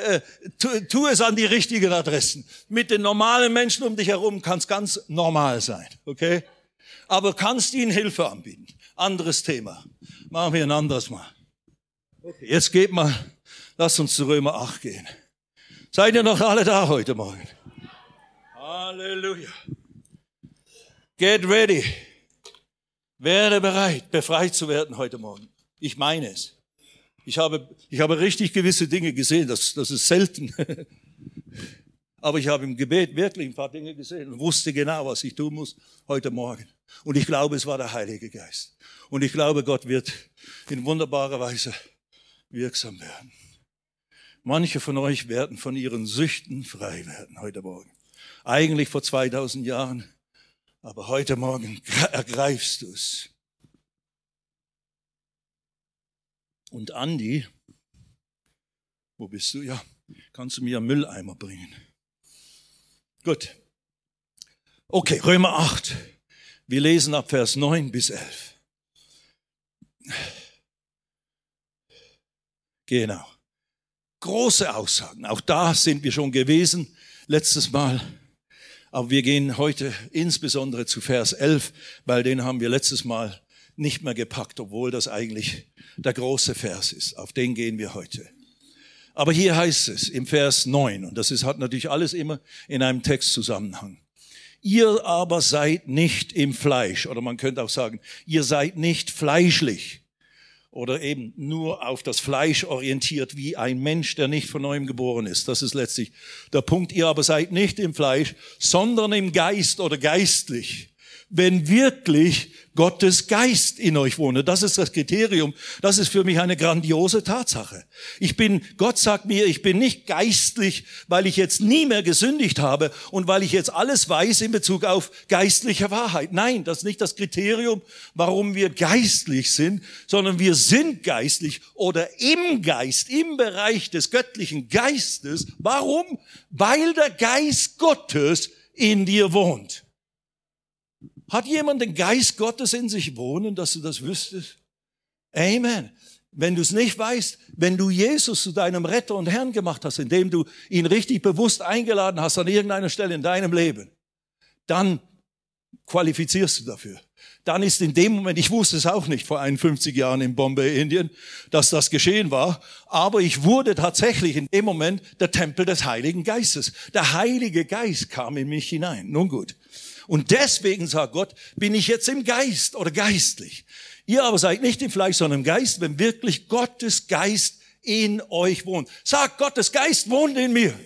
Tu es an die richtigen Adressen. Mit den normalen Menschen um dich herum kann es ganz normal sein, okay? Aber kannst ihnen Hilfe anbieten. Anderes Thema. Machen wir ein anderes Mal. Okay, jetzt geht mal, lasst uns zu Römer 8 gehen. Seid ihr noch alle da heute Morgen? Halleluja. Get ready. Werde bereit, befreit zu werden heute Morgen. Ich meine es. Ich habe richtig gewisse Dinge gesehen, das ist selten. Aber ich habe im Gebet wirklich ein paar Dinge gesehen und wusste genau, was ich tun muss heute Morgen. Und ich glaube, es war der Heilige Geist. Und ich glaube, Gott wird in wunderbarer Weise wirksam werden. Manche von euch werden von ihren Süchten frei werden heute Morgen. Eigentlich vor 2000 Jahren, aber heute Morgen ergreifst du es. Und Andi, wo bist du? Ja, kannst du mir einen Mülleimer bringen? Gut. Okay, Römer 8. Wir lesen ab Vers 9 bis 11. Genau. Große Aussagen. Auch da sind wir schon gewesen letztes Mal. Aber wir gehen heute insbesondere zu Vers 11, weil den haben wir letztes Mal nicht mehr gepackt, obwohl das eigentlich der große Vers ist. Auf den gehen wir heute. Aber hier heißt es im Vers 9, und das hat natürlich alles immer in einem Textzusammenhang. Ihr aber seid nicht im Fleisch, oder man könnte auch sagen, ihr seid nicht fleischlich oder eben nur auf das Fleisch orientiert wie ein Mensch, der nicht von neuem geboren ist. Das ist letztlich der Punkt. Ihr aber seid nicht im Fleisch, sondern im Geist oder geistlich. Wenn wirklich Gottes Geist in euch wohne. Das ist das Kriterium. Das ist für mich eine grandiose Tatsache. Gott sagt mir, ich bin nicht geistlich, weil ich jetzt nie mehr gesündigt habe und weil ich jetzt alles weiß in Bezug auf geistliche Wahrheit. Nein, das ist nicht das Kriterium, warum wir geistlich sind, sondern wir sind geistlich oder im Geist, im Bereich des göttlichen Geistes. Warum? Weil der Geist Gottes in dir wohnt. Hat jemand den Geist Gottes in sich wohnen, dass du das wüsstest? Amen. Wenn du es nicht weißt, wenn du Jesus zu deinem Retter und Herrn gemacht hast, indem du ihn richtig bewusst eingeladen hast an irgendeiner Stelle in deinem Leben, dann qualifizierst du dafür. Dann ist in dem Moment, ich wusste es auch nicht vor 51 Jahren in Bombay, Indien, dass das geschehen war, aber ich wurde tatsächlich in dem Moment der Tempel des Heiligen Geistes. Der Heilige Geist kam in mich hinein. Nun gut. Und deswegen, sagt Gott, bin ich jetzt im Geist oder geistlich. Ihr aber seid nicht im Fleisch, sondern im Geist, wenn wirklich Gottes Geist in euch wohnt. Sagt, Gottes Geist wohnt in mir.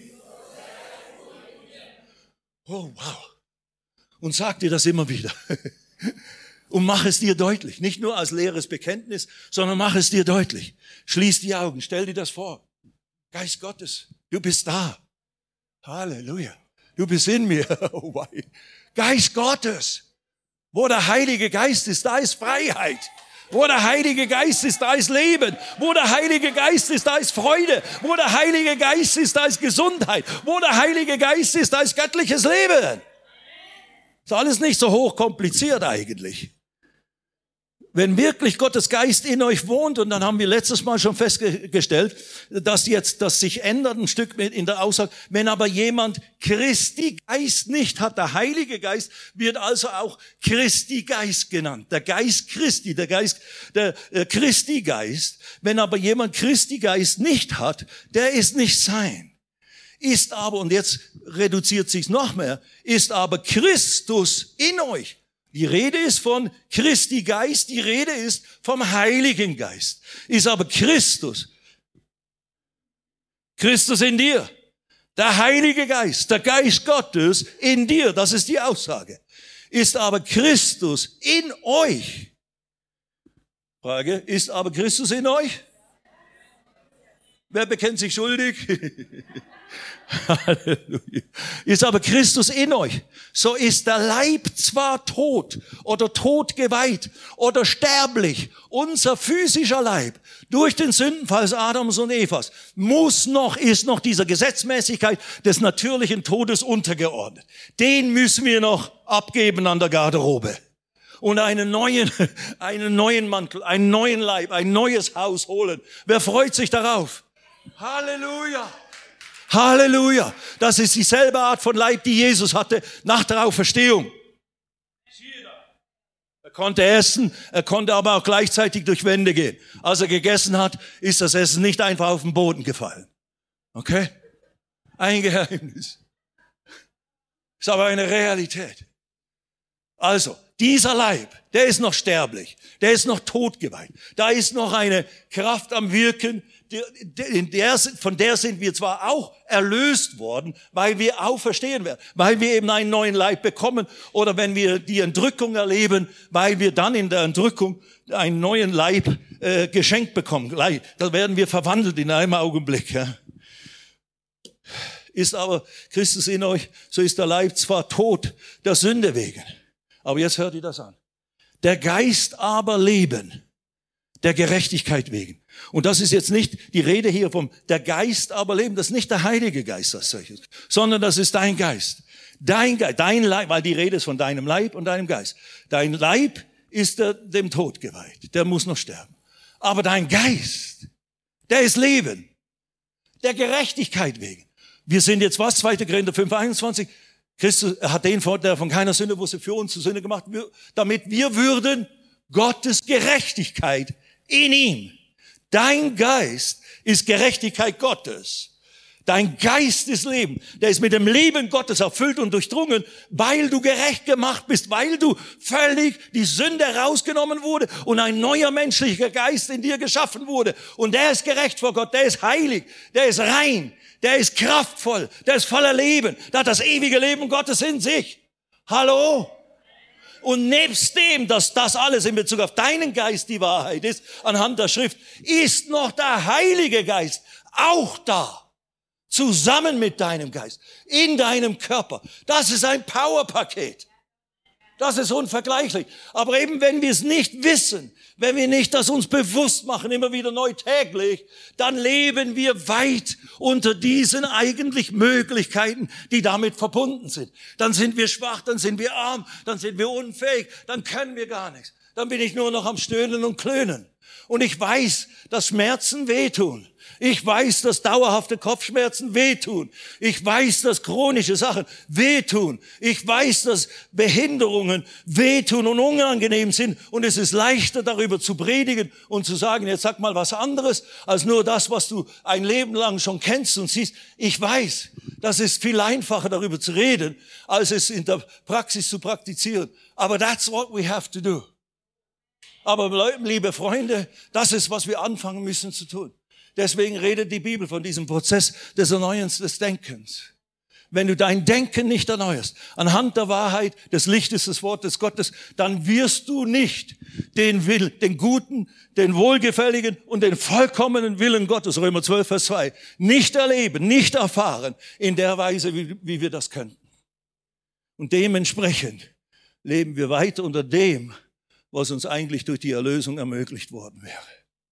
Oh, wow. Und sag dir das immer wieder. Und mach es dir deutlich. Nicht nur als leeres Bekenntnis, sondern mach es dir deutlich. Schließ die Augen, stell dir das vor. Geist Gottes, du bist da. Halleluja. Du bist in mir. Oh, wow. Geist Gottes. Wo der Heilige Geist ist, da ist Freiheit. Wo der Heilige Geist ist, da ist Leben. Wo der Heilige Geist ist, da ist Freude. Wo der Heilige Geist ist, da ist Gesundheit. Wo der Heilige Geist ist, da ist göttliches Leben. Ist alles nicht so hochkompliziert eigentlich. Wenn wirklich Gottes Geist in euch wohnt, und dann haben wir letztes Mal schon festgestellt, dass jetzt das sich ändert ein Stück mit in der Aussage, wenn aber jemand Christi Geist nicht hat, der Heilige Geist wird also auch Christi Geist genannt, der Geist Christi, der Christi Geist. Wenn aber jemand Christi Geist nicht hat, der ist nicht sein. Ist aber, und jetzt reduziert sich's noch mehr, ist aber Christus in euch. Die Rede ist von Christi Geist, die Rede ist vom Heiligen Geist. Ist aber Christus in dir. Der Heilige Geist, der Geist Gottes in dir, das ist die Aussage. Ist aber Christus in euch. Frage, ist aber Christus in euch? Wer bekennt sich schuldig? Halleluja. Ist aber Christus in euch, so ist der Leib zwar tot oder totgeweiht oder sterblich, unser physischer Leib, durch den Sündenfall Adams und Evas, ist noch dieser Gesetzmäßigkeit des natürlichen Todes untergeordnet. Den müssen wir noch abgeben an der Garderobe. Und einen neuen Mantel, einen neuen Leib, ein neues Haus holen. Wer freut sich darauf? Halleluja! Halleluja! Das ist dieselbe Art von Leib, die Jesus hatte nach der Auferstehung. Er konnte essen, er konnte aber auch gleichzeitig durch Wände gehen. Als er gegessen hat, ist das Essen nicht einfach auf den Boden gefallen. Okay? Ein Geheimnis. Ist aber eine Realität. Also, dieser Leib, der ist noch sterblich, der ist noch totgeweiht. Da ist noch eine Kraft am Wirken, von der sind wir zwar auch erlöst worden, weil wir auferstehen werden, weil wir eben einen neuen Leib bekommen oder wenn wir die Entrückung erleben, weil wir dann in der Entrückung einen neuen Leib geschenkt bekommen. Da werden wir verwandelt in einem Augenblick. Ja. Ist aber Christus in euch, so ist der Leib zwar tot, der Sünde wegen. Aber jetzt hört ihr das an. Der Geist aber Leben, der Gerechtigkeit wegen. Und das ist jetzt nicht die Rede hier vom der Geist aber Leben, das ist nicht der Heilige Geist als solches, sondern das ist dein Geist. Dein Geist, dein Leib, weil die Rede ist von deinem Leib und deinem Geist. Dein Leib ist dem Tod geweiht, der muss noch sterben. Aber dein Geist, der ist Leben, der Gerechtigkeit wegen. Wir sind jetzt was? 2. Korinther 5,21. Christus hat den, der von keiner Sünde wusste, für uns zur Sünde gemacht, damit wir würden Gottes Gerechtigkeit in ihm. Dein Geist ist Gerechtigkeit Gottes. Dein Geist ist Leben. Der ist mit dem Leben Gottes erfüllt und durchdrungen, weil du gerecht gemacht bist, weil du völlig die Sünde rausgenommen wurde und ein neuer menschlicher Geist in dir geschaffen wurde. Und der ist gerecht vor Gott, der ist heilig, der ist rein, der ist kraftvoll, der ist voller Leben, der hat das ewige Leben Gottes in sich. Hallo? Und nebst dem, dass das alles in Bezug auf deinen Geist die Wahrheit ist, anhand der Schrift, ist noch der Heilige Geist auch da. Zusammen mit deinem Geist, in deinem Körper. Das ist ein Powerpaket. Das ist unvergleichlich. Aber eben wenn wir es nicht wissen, wenn wir nicht das uns bewusst machen, immer wieder neu täglich, dann leben wir weit unter diesen eigentlich Möglichkeiten, die damit verbunden sind. Dann sind wir schwach, dann sind wir arm, dann sind wir unfähig, dann können wir gar nichts. Dann bin ich nur noch am Stöhnen und Klönen. Und ich weiß, dass Schmerzen wehtun. Ich weiß, dass dauerhafte Kopfschmerzen wehtun. Ich weiß, dass chronische Sachen wehtun. Ich weiß, dass Behinderungen wehtun und unangenehm sind. Und es ist leichter, darüber zu predigen und zu sagen, jetzt sag mal was anderes, als nur das, was du ein Leben lang schon kennst und siehst. Ich weiß, das ist viel einfacher, darüber zu reden, als es in der Praxis zu praktizieren. Aber that's what we have to do. Aber liebe Freunde, das ist, was wir anfangen müssen zu tun. Deswegen redet die Bibel von diesem Prozess des Erneuerns des Denkens. Wenn du dein Denken nicht erneuerst, anhand der Wahrheit, des Lichtes, des Wortes Gottes, dann wirst du nicht den guten, den wohlgefälligen und den vollkommenen Willen Gottes, Römer 12, Vers 2, nicht erleben, nicht erfahren in der Weise, wie wir das könnten. Und dementsprechend leben wir weiter unter dem, was uns eigentlich durch die Erlösung ermöglicht worden wäre.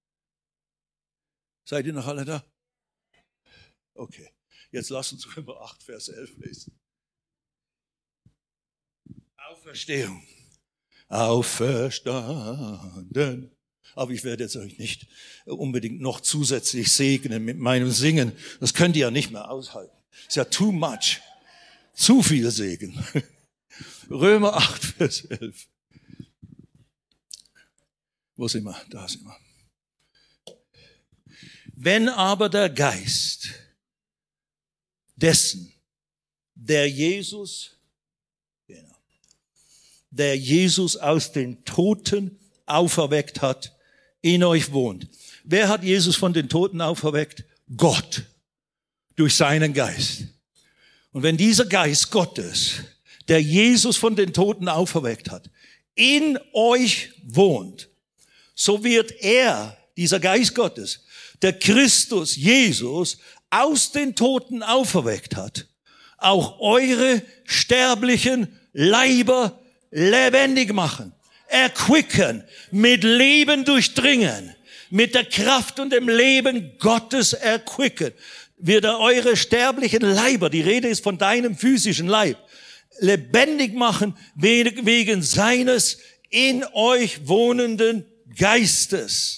Seid ihr noch alle da? Okay, jetzt lasst uns Römer 8, Vers 11 lesen. Auferstehung. Auferstanden. Aber ich werde jetzt euch nicht unbedingt noch zusätzlich segnen mit meinem Singen. Das könnt ihr ja nicht mehr aushalten. Ist ja too much. Zu viel Segen. Römer 8, Vers 11. Wo sind wir? Da sind wir. Wenn aber der Geist dessen, der Jesus aus den Toten auferweckt hat, in euch wohnt. Wer hat Jesus von den Toten auferweckt? Gott. Durch seinen Geist. Und wenn dieser Geist Gottes, der Jesus von den Toten auferweckt hat, in euch wohnt, so wird er, dieser Geist Gottes, der Christus, Jesus, aus den Toten auferweckt hat, auch eure sterblichen Leiber lebendig machen, erquicken, mit Leben durchdringen, mit der Kraft und dem Leben Gottes erquicken, wird er eure sterblichen Leiber, die Rede ist von deinem physischen Leib, lebendig machen wegen seines in euch wohnenden Geistes.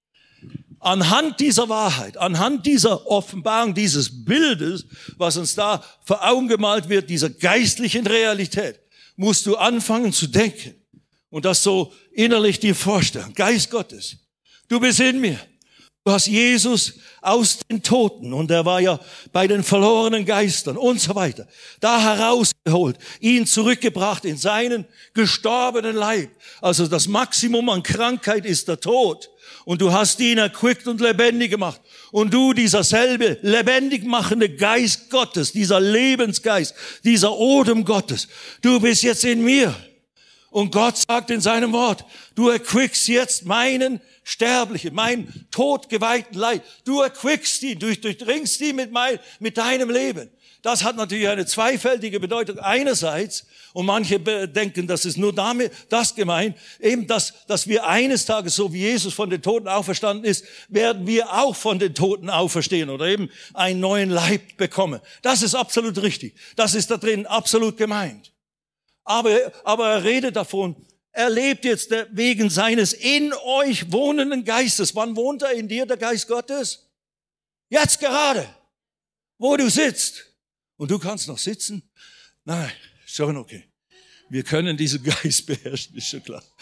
Anhand dieser Wahrheit, anhand dieser Offenbarung, dieses Bildes, was uns da vor Augen gemalt wird, dieser geistlichen Realität, musst du anfangen zu denken und das so innerlich dir vorstellen. Geist Gottes, du bist in mir. Du hast Jesus aus den Toten, und er war ja bei den verlorenen Geistern und so weiter, da herausgeholt, ihn zurückgebracht in seinen gestorbenen Leib. Also das Maximum an Krankheit ist der Tod. Und du hast ihn erquickt und lebendig gemacht. Und du, dieser selbe lebendig machende Geist Gottes, dieser Lebensgeist, dieser Odem Gottes, du bist jetzt in mir. Und Gott sagt in seinem Wort, du erquickst jetzt meinen sterblichen, meinen todgeweihten Leib. Du erquickst ihn, du durchdringst ihn mit deinem Leben. Das hat natürlich eine zweifältige Bedeutung. Einerseits, und manche denken, das ist nur damit das gemeint, eben, dass wir eines Tages, so wie Jesus von den Toten auferstanden ist, werden wir auch von den Toten auferstehen oder eben einen neuen Leib bekommen. Das ist absolut richtig. Das ist da drin absolut gemeint. Aber er redet davon, er lebt jetzt wegen seines in euch wohnenden Geistes. Wann wohnt er in dir, der Geist Gottes? Jetzt gerade, wo du sitzt. Und du kannst noch sitzen? Nein, schon okay. Wir können diesen Geist beherrschen, ist schon klar.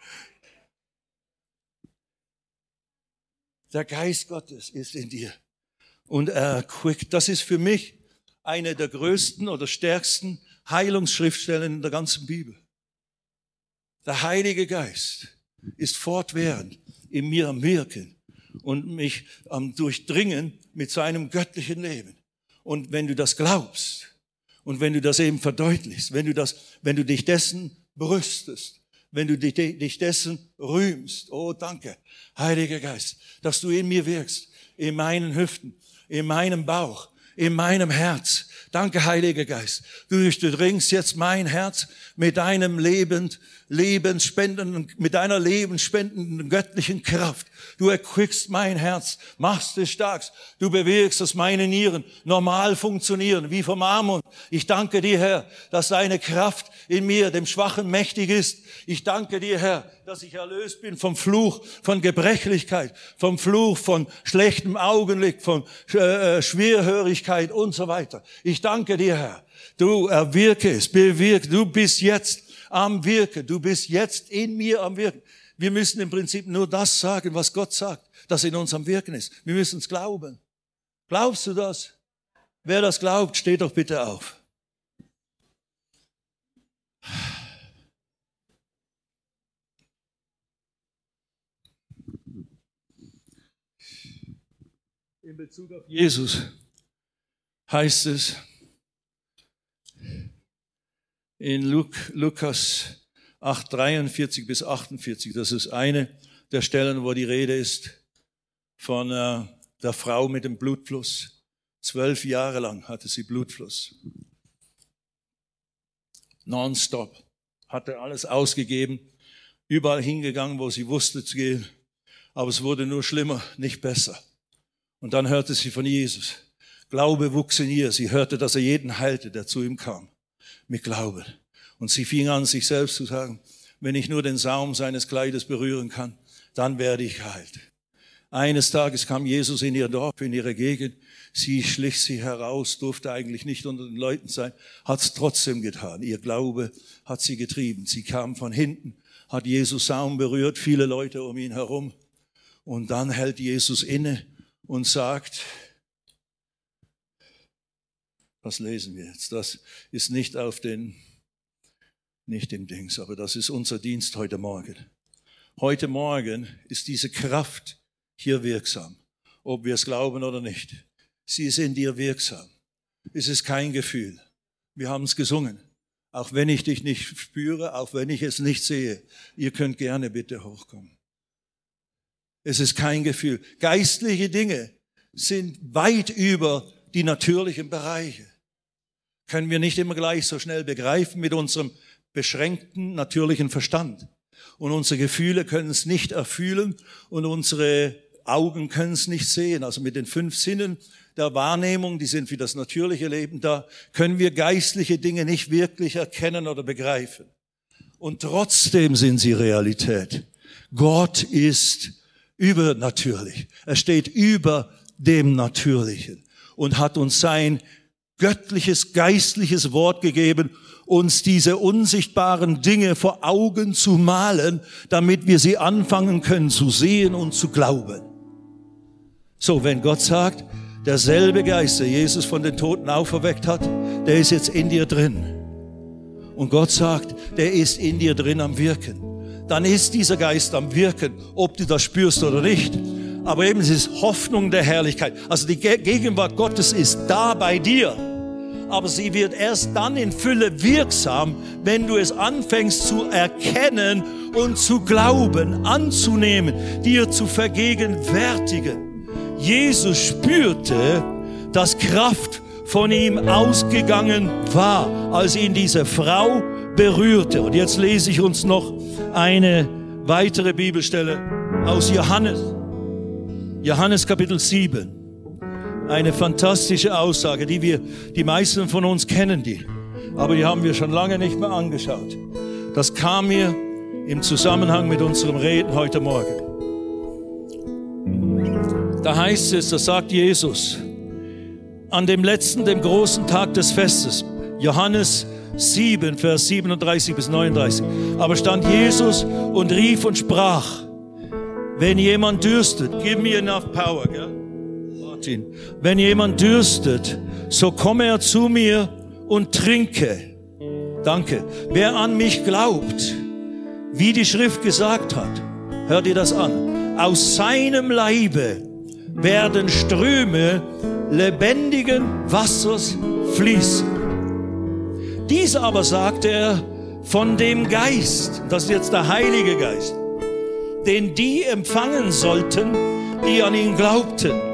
Der Geist Gottes ist in dir. Und er quickt. Das ist für mich eine der größten oder stärksten Heilungsschriftstellen in der ganzen Bibel. Der Heilige Geist ist fortwährend in mir am Wirken und mich am Durchdringen mit seinem göttlichen Leben. Und wenn du das glaubst und wenn du das eben verdeutlichst, wenn du dich dessen brüstest, wenn du dich dessen rühmst, oh danke, Heiliger Geist, dass du in mir wirkst, in meinen Hüften, in meinem Bauch, in meinem Herz. Danke, Heiliger Geist. Du durchdringst jetzt mein Herz mit deinem mit deiner lebensspendenden göttlichen Kraft. Du erquickst mein Herz, machst es stark. Du bewirkst, dass meine Nieren normal funktionieren, wie vom Ammon. Ich danke dir, Herr, dass deine Kraft in mir, dem Schwachen, mächtig ist. Ich danke dir, Herr, dass ich erlöst bin vom Fluch, von Gebrechlichkeit, vom Fluch, von schlechtem Augenblick, von Schwerhörigkeit und so weiter. Ich danke dir, Herr. Du erwirke es, bewirke. Du bist jetzt am Wirken. Du bist jetzt in mir am Wirken. Wir müssen im Prinzip nur das sagen, was Gott sagt, das in uns am Wirken ist. Wir müssen es glauben. Glaubst du das? Wer das glaubt, steht doch bitte auf. In Bezug auf Jesus heißt es in Lukas 8, 43 bis 48, das ist eine der Stellen, wo die Rede ist von der Frau mit dem Blutfluss. 12 Jahre lang hatte sie Blutfluss. Nonstop. Hatte alles ausgegeben, überall hingegangen, wo sie wusste zu gehen. Aber es wurde nur schlimmer, nicht besser. Und dann hörte sie von Jesus. Glaube wuchs in ihr. Sie hörte, dass er jeden heilte, der zu ihm kam. Mit Glauben. Und sie fing an, sich selbst zu sagen, wenn ich nur den Saum seines Kleides berühren kann, dann werde ich geheilt. Eines Tages kam Jesus in ihr Dorf, in ihre Gegend. Sie schlich sie heraus, durfte eigentlich nicht unter den Leuten sein, hat es trotzdem getan. Ihr Glaube hat sie getrieben. Sie kam von hinten, hat Jesus Saum berührt, viele Leute um ihn herum. Und dann hält Jesus inne und sagt, was lesen wir jetzt? Das ist nicht im Dings, aber das ist unser Dienst heute Morgen. Heute Morgen ist diese Kraft hier wirksam, ob wir es glauben oder nicht. Sie ist in dir wirksam. Es ist kein Gefühl. Wir haben es gesungen. Auch wenn ich dich nicht spüre, auch wenn ich es nicht sehe, ihr könnt gerne bitte hochkommen. Es ist kein Gefühl. Geistliche Dinge sind weit über die natürlichen Bereiche. Können wir nicht immer gleich so schnell begreifen mit unserem beschränkten natürlichen Verstand. Und unsere Gefühle können es nicht erfühlen und unsere Augen können es nicht sehen. Also mit den 5 Sinnen der Wahrnehmung, die sind für das natürliche Leben da, können wir geistliche Dinge nicht wirklich erkennen oder begreifen. Und trotzdem sind sie Realität. Gott ist übernatürlich. Er steht über dem Natürlichen und hat uns sein göttliches, geistliches Wort gegeben, uns diese unsichtbaren Dinge vor Augen zu malen, damit wir sie anfangen können zu sehen und zu glauben. So, wenn Gott sagt, derselbe Geist, der Jesus von den Toten auferweckt hat, der ist jetzt in dir drin. Und Gott sagt, der ist in dir drin am Wirken. Dann ist dieser Geist am Wirken, ob du das spürst oder nicht. Aber eben, es ist Hoffnung der Herrlichkeit. Also die Gegenwart Gottes ist da bei dir. Aber sie wird erst dann in Fülle wirksam, wenn du es anfängst zu erkennen und zu glauben, anzunehmen, dir zu vergegenwärtigen. Jesus spürte, dass Kraft von ihm ausgegangen war, als ihn diese Frau berührte. Und jetzt lese ich uns noch eine weitere Bibelstelle aus Johannes. Johannes Kapitel 7. Eine fantastische Aussage, die meisten von uns kennen die. Aber die haben wir schon lange nicht mehr angeschaut. Das kam mir im Zusammenhang mit unserem Reden heute Morgen. Da heißt es, das sagt Jesus, an dem letzten, dem großen Tag des Festes, Johannes 7, Vers 37 bis 39. Aber stand Jesus und rief und sprach, wenn jemand dürstet, give me enough power, gell? Martin. Wenn jemand dürstet, so komme er zu mir und trinke. Danke. Wer an mich glaubt, wie die Schrift gesagt hat, hört ihr das an, aus seinem Leibe werden Ströme lebendigen Wassers fließen. Dies aber sagte er von dem Geist, das ist jetzt der Heilige Geist, den die empfangen sollten, die an ihn glaubten.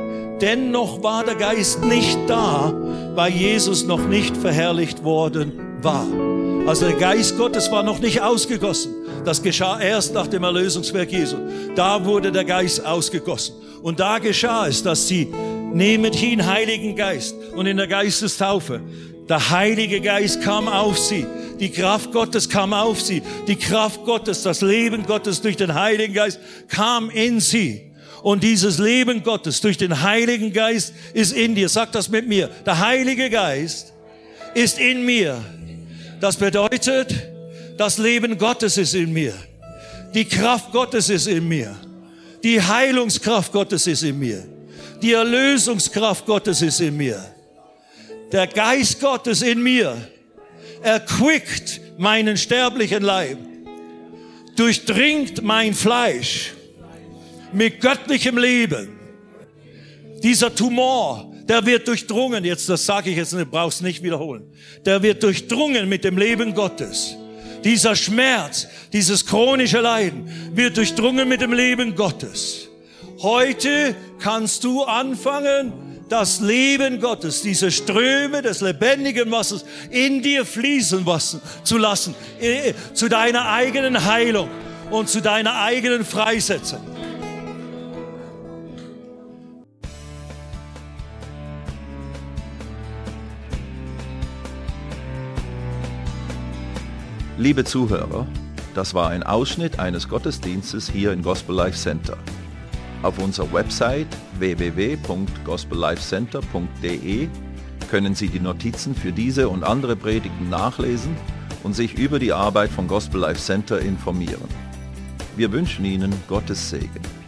Dennoch war der Geist nicht da, weil Jesus noch nicht verherrlicht worden war. Also der Geist Gottes war noch nicht ausgegossen. Das geschah erst nach dem Erlösungswerk Jesu. Da wurde der Geist ausgegossen. Und da geschah es, dass sie nehmet hin Heiligen Geist. Und in der Geistestaufe, der Heilige Geist kam auf sie. Die Kraft Gottes kam auf sie. Die Kraft Gottes, das Leben Gottes durch den Heiligen Geist kam in sie. Und dieses Leben Gottes durch den Heiligen Geist ist in dir. Sag das mit mir. Der Heilige Geist ist in mir. Das bedeutet, das Leben Gottes ist in mir. Die Kraft Gottes ist in mir. Die Heilungskraft Gottes ist in mir. Die Erlösungskraft Gottes ist in mir. Der Geist Gottes in mir erquickt meinen sterblichen Leib, durchdringt mein Fleisch mit göttlichem Leben. Dieser Tumor, der wird durchdrungen, jetzt das sage ich jetzt, du brauchst nicht wiederholen, der wird durchdrungen mit dem Leben Gottes. Dieser Schmerz, dieses chronische Leiden wird durchdrungen mit dem Leben Gottes. Heute kannst du anfangen, das Leben Gottes, diese Ströme des lebendigen Wassers in dir fließen zu lassen, zu deiner eigenen Heilung und zu deiner eigenen Freisetzung. Liebe Zuhörer, das war ein Ausschnitt eines Gottesdienstes hier im Gospel Life Center. Auf unserer Website www.gospellifecenter.de können Sie die Notizen für diese und andere Predigten nachlesen und sich über die Arbeit von Gospel Life Center informieren. Wir wünschen Ihnen Gottes Segen.